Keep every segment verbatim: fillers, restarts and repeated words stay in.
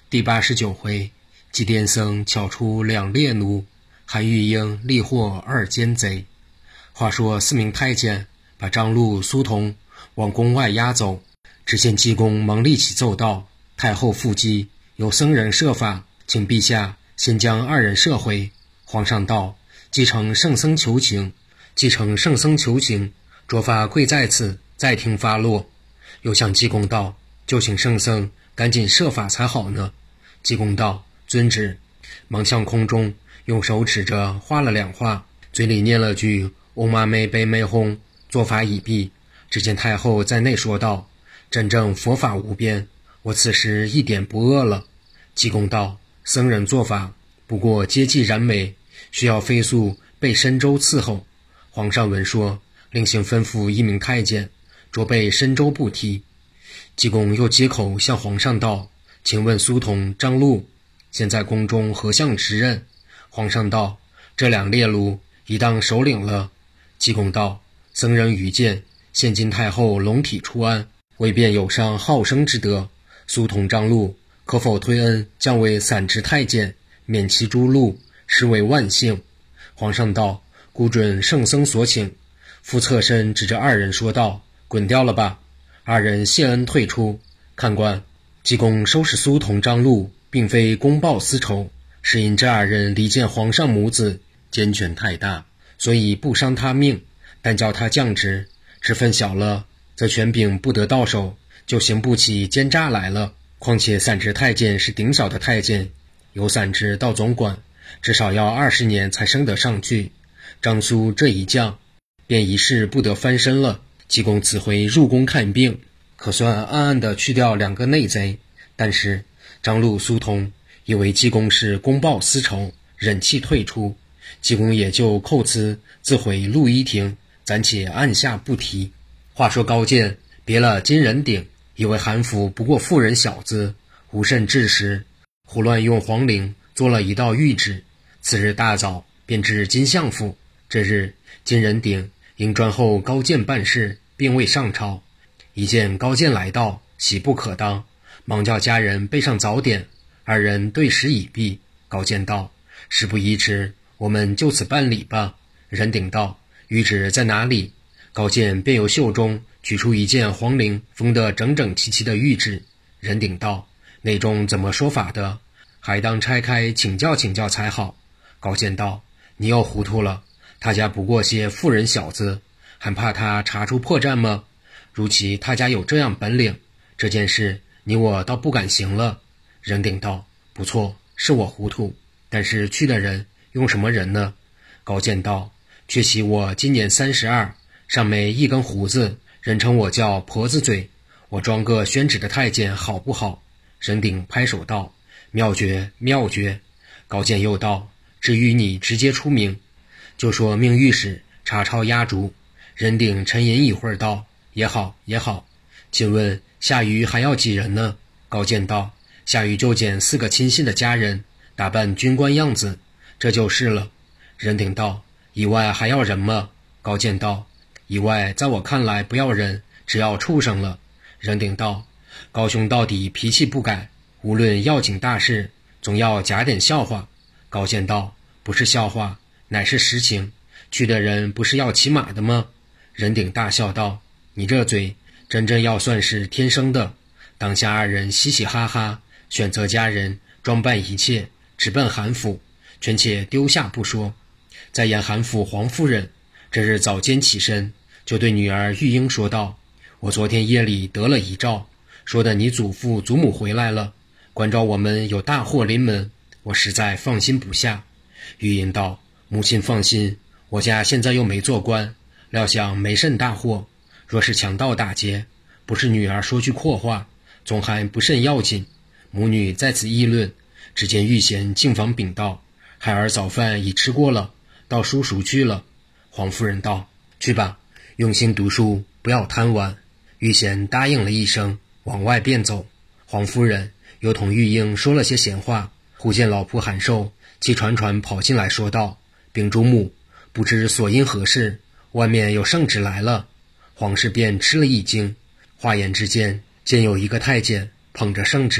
第八十九回，祭奠僧撬出两列奴，韩玉英力获二奸贼。话说四名太监把张禄、苏童往宫外押走，只见济公忙立起奏道：太后复击，有僧人设法，请陛下先将二人射回。皇上道：继承圣僧求情，继承圣僧求情，着法贵在此，再听发落。又向济公道：就请圣僧赶紧设法才好呢。济公道：遵旨。忙向空中用手指着画了两画，嘴里念了句嗡嘛梅贝梅哄，做法已毕。只见太后在内说道：真正佛法无边，我此时一点不饿了。济公道：僧人做法不过接济燃眉，需要飞速备深粥伺候。皇上闻说，另行吩咐一名太监着备深粥不提。济公又接口向皇上道：请问苏童、张禄现在宫中何相职任？皇上道：这两列奴已当首领了。济公道：僧人愚见，现今太后龙体出安，未便有伤好生之德，苏童、张禄可否推恩降为散职太监，免其诸禄，实为万幸。皇上道：孤准圣僧所请。复侧身指着二人说道：滚掉了吧。二人谢恩退出。看官，济公收拾苏童、张禄并非公报私仇，是因这二人离间皇上母子，奸权太大，所以不伤他命，但叫他降职，职分小了，则权柄不得到手，就行不起奸诈来了。况且散职太监是顶小的太监，由散职到总管，至少要二十年才升得上去。张苏这一降，便一世不得翻身了。济公此回入宫看病，可算暗暗地去掉两个内贼，但是张禄、苏童以为济公是公报私仇，忍气退出。济公也就扣辞自回陆一亭，暂且按下不提。话说高渐别了金人鼎，以为韩府不过妇人小子，无甚智识，胡乱用黄绫做了一道谕旨。次日大早便至金相府。这日金人鼎迎专后高渐办事，并未上朝。一见高渐来到，喜不可当，忙叫家人备上早点。二人对食已毕。高渐道：事不宜迟，我们就此办理吧。人鼎道：谕旨在哪里？高渐便由袖中取出一件黄绫封得整整齐齐的谕旨。人鼎道：内中怎么说法的？还当拆开请教请教才好。高渐道：你又糊涂了，他家不过些妇人小子，还怕他查出破绽吗？如其他家有这样本领，这件事你我倒不敢行了。人鼎道：不错，是我糊涂，但是去的人用什么人呢？高渐道：却喜我今年三十二，上没一根胡子，人称我叫婆子嘴，我装个宣旨的太监好不好？人鼎拍手道：妙绝妙绝。高渐又道：至于你直接出名，就说命御史查抄压逐。人鼎沉吟一会儿道：也好也好。请问夏禹还要几人呢？高渐道：夏禹就捡四个亲信的家人，打扮军官样子，这就是了。人鼎道：以外还要人吗？高渐道：以外在我看来不要人，只要畜生了。人鼎道：高兄到底脾气不改，无论要紧大事，总要假点笑话。高渐道：不是笑话，乃是实情。去的人不是要骑马的吗？人鼎大笑道：你这嘴真正要算是天生的。当下二人嘻嘻哈哈，选择家人，装扮一切，直奔韩府，权且丢下不说。再言韩府黄夫人，这日早间起身，就对女儿玉英说道：我昨天夜里得了遗诏，说的你祖父祖母回来了，关照我们有大祸临门，我实在放心不下。玉英道：母亲放心，我家现在又没做官，料想没甚大祸，若是强盗打劫，不是女儿说句阔话，总还不甚要紧。母女在此议论，只见玉贤进房禀道：孩儿早饭已吃过了，到书塾去了。黄夫人道：去吧，用心读书，不要贪玩。玉贤答应了一声，往外便走。黄夫人又同玉英说了些闲话，忽见老仆韩寿气喘喘跑进来说道：秉主母，不知所因何事，外面有圣旨来了。皇氏便吃了一惊，话言之间，见有一个太监捧着圣旨，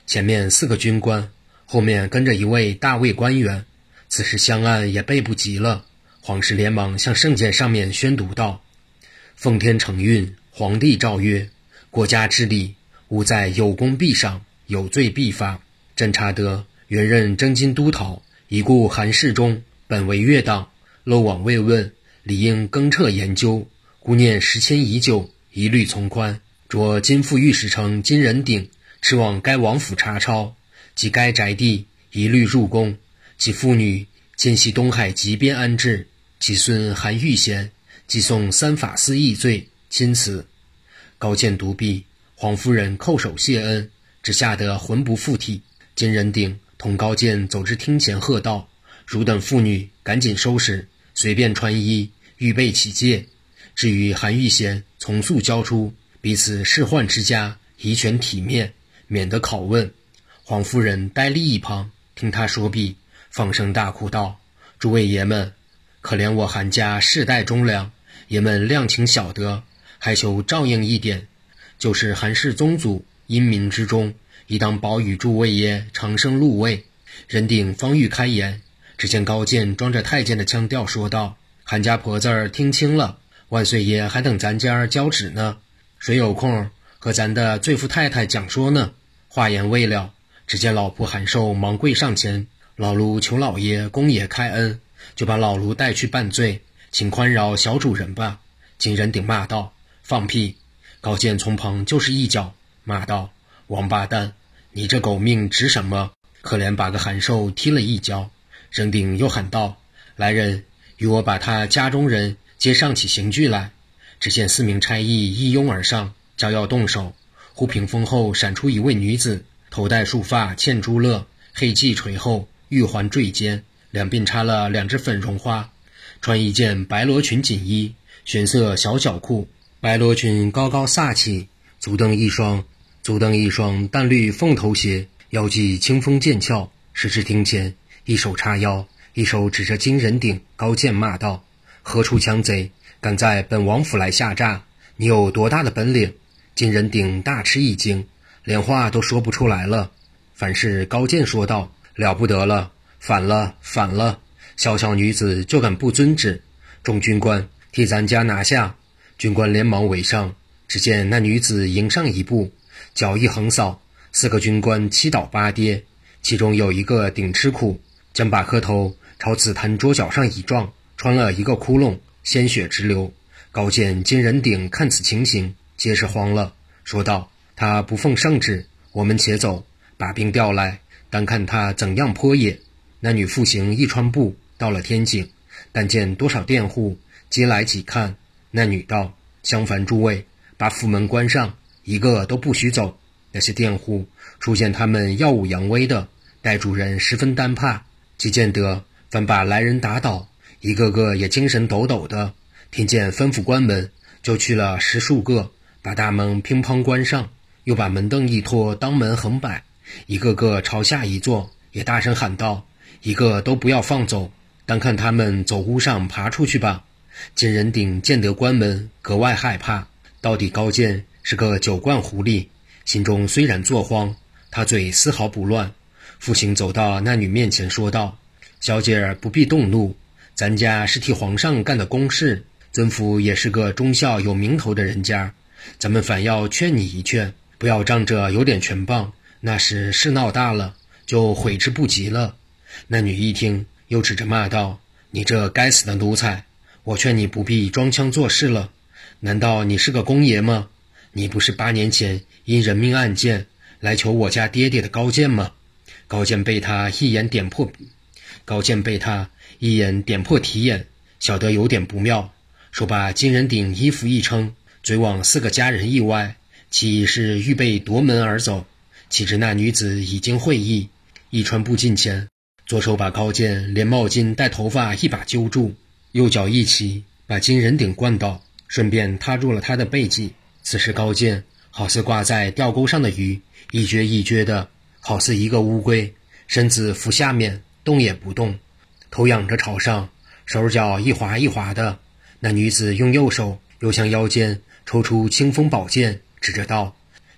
前面四个军官，后面跟着一位大尉官员。此时香案也备不及了，皇室连忙向圣剑上面宣读道：奉天承运，皇帝诏曰：国家之理，务在有功必赏，有罪必罚。侦察德原任征津都讨，已故韩世忠本为越党，漏网未问，理应更彻研究，故念时迁已久，一律从宽。着金副御史丞金仁鼎驰往该王府查抄，及该宅地一律入宫，其妇女迁徙东海极边安置，其孙韩玉贤即送三法司议罪，钦此。高见独毕，皇夫人叩首谢恩，只吓得魂不附体。金仁鼎同高见走至厅前喝道：汝等妇女赶紧收拾，随便穿衣，预备起戒。至于韩玉贤，从速交出，彼此世宦之家，宜全体面，免得拷问。皇夫人呆立一旁，听他说毕，放声大哭道：诸位爷们，可怜我韩家世代忠良，爷们量情晓得，还求照应一点，就是韩氏宗祖因民之中，宜当保与诸位爷长生禄位。仁鼎方欲开言，只见高见装着太监的腔调说道：韩家婆子儿听清了，万岁爷还等咱家交旨呢，谁有空和咱的罪妇太太讲说呢？话言未了，只见老仆韩寿忙跪上前：老卢求老爷公爷开恩，就把老卢带去办罪，请宽饶小主人吧。金仁鼎骂道：放屁！高见从旁就是一脚，骂道：王八蛋，你这狗命值什么？可怜把个韩寿踢了一脚。仁鼎又喊道：来人，与我把他家中人皆上起刑具来。只见四名差役一拥而上，将要动手，忽屏风后闪出一位女子，头戴束发嵌珠勒，黑髻垂后，玉环坠肩，两鬓插了两只粉绒花，穿一件白罗裙锦衣，玄色小脚裤，白罗裙高高飒起，足蹬一双足蹬一双淡绿凤头鞋，腰系清风剑鞘，时至厅前，一手叉腰，一手指着金仁鼎高见骂道：何处强贼，敢在本王府来下诈？你有多大的本领？金仁鼎大吃一惊，连话都说不出来了。凡是高见说道：了不得了，反了反了，小小女子就敢不遵旨，众军官替咱家拿下。军官连忙围上，只见那女子迎上一步，脚一横扫，四个军官七倒八跌，其中有一个顶吃苦，将把磕头朝紫檀桌角上一撞，穿了一个窟窿，鲜血直流。高见金仁鼎看此情形，皆是慌了，说道：他不奉圣旨，我们且走，把兵调来，单看他怎样泼也。那女复行一穿步，到了天井，但见多少佃户皆来几看。那女道：相烦诸位，把府门关上，一个都不许走。那些佃户初见他们耀武扬威的，待主人十分单怕，即见得反把来人打倒，一个个也精神抖抖的，听见吩咐关门，就去了十数个，把大门乒乓关上，又把门凳一拖，当门横摆，一个个朝下一坐，也大声喊道：一个都不要放走，单看他们走屋上爬出去吧。金仁鼎见得关门，格外害怕，到底高见是个酒惯狐狸，心中虽然作慌，他嘴丝毫不乱。复行走到那女面前说道：小姐儿不必动怒，咱家是替皇上干的公事，尊府也是个忠孝有名头的人家，咱们反要劝你一劝，不要仗着有点权棒，那时事闹大了，就悔之不及了。那女一听，又指着骂道：你这该死的奴才，我劝你不必装腔作势了，难道你是个公爷吗？你不是八年前因人命案件来求我家爹爹的高见吗？高见被他一眼点破高见被他一眼点破题眼，晓得有点不妙，说把金仁鼎衣服一撑，嘴往四个家人一歪，其意是预备夺门而走。岂知那女子已经会意，一穿步近前，左手把高见连帽巾带头发一把揪住，右脚一起把金仁鼎灌倒，顺便踏住了他的背脊。此时高见好似挂在吊钩上的鱼，一撅一撅的，好似一个乌龟，身子伏下面动也不动，头仰着朝上，手脚一滑一滑的。那女子用右手又向腰间抽出清风宝剑，指着道：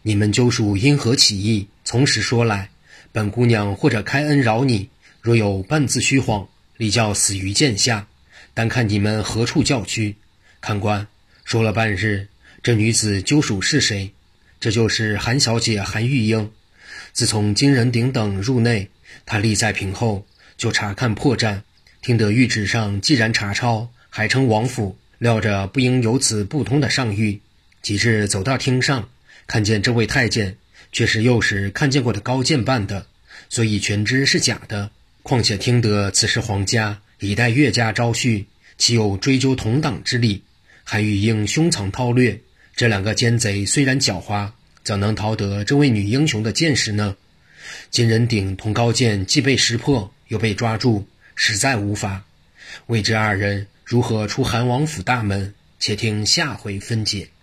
你们究属因何起意？从实说来，本姑娘或者开恩饶你，若有半字虚谎，立叫死于剑下。但看你们何处叫屈。看官说了半日，这女子究属是谁？这就是韩小姐韩玉英。自从金人鼎等入内，她立在屏后，就查看破绽，听得谕旨上既然查抄，还称王府，料着不应有此不通的上谕。几日走到厅上，看见这位太监却是幼时看见过的高见扮的，所以全知是假的。况且听得此时皇家已待岳家招婿，岂有追究同党之理？韩玉英胸藏韬略，这两个奸贼虽然狡猾，怎能逃得这位女英雄的见识呢？金人鼎同高渐既被识破，又被抓住，实在无法。未知二人如何出韩王府大门，且听下回分解。